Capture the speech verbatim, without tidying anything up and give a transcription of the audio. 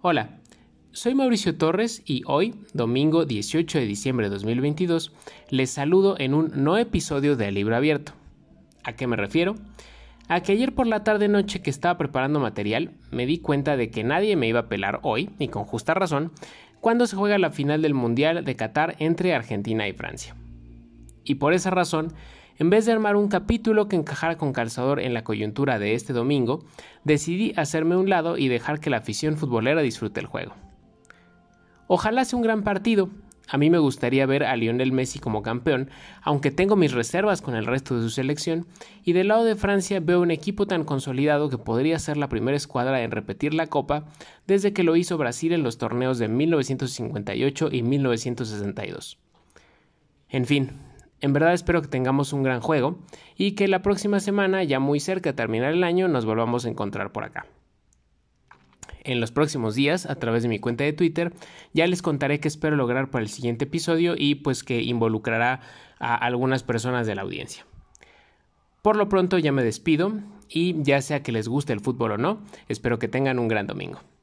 Hola, soy Mauricio Torres y hoy, domingo dieciocho de diciembre de dos mil veintidós, les saludo en un no episodio de Libro Abierto. ¿A qué me refiero? A que ayer por la tarde-noche que estaba preparando material, me di cuenta de que nadie me iba a pelar hoy, y con justa razón, cuando se juega la final del Mundial de Qatar entre Argentina y Francia. Y por esa razón, en vez de armar un capítulo que encajara con calzador en la coyuntura de este domingo, decidí hacerme a un lado y dejar que la afición futbolera disfrute el juego. Ojalá sea un gran partido. A mí me gustaría ver a Lionel Messi como campeón, aunque tengo mis reservas con el resto de su selección, y del lado de Francia veo un equipo tan consolidado que podría ser la primera escuadra en repetir la Copa desde que lo hizo Brasil en los torneos de mil novecientos cincuenta y ocho y mil novecientos sesenta y dos. En fin, en verdad espero que tengamos un gran juego y que la próxima semana, ya muy cerca de terminar el año, nos volvamos a encontrar por acá. En los próximos días, a través de mi cuenta de Twitter, ya les contaré qué espero lograr para el siguiente episodio y pues que involucrará a algunas personas de la audiencia. Por lo pronto ya me despido y ya sea que les guste el fútbol o no, espero que tengan un gran domingo.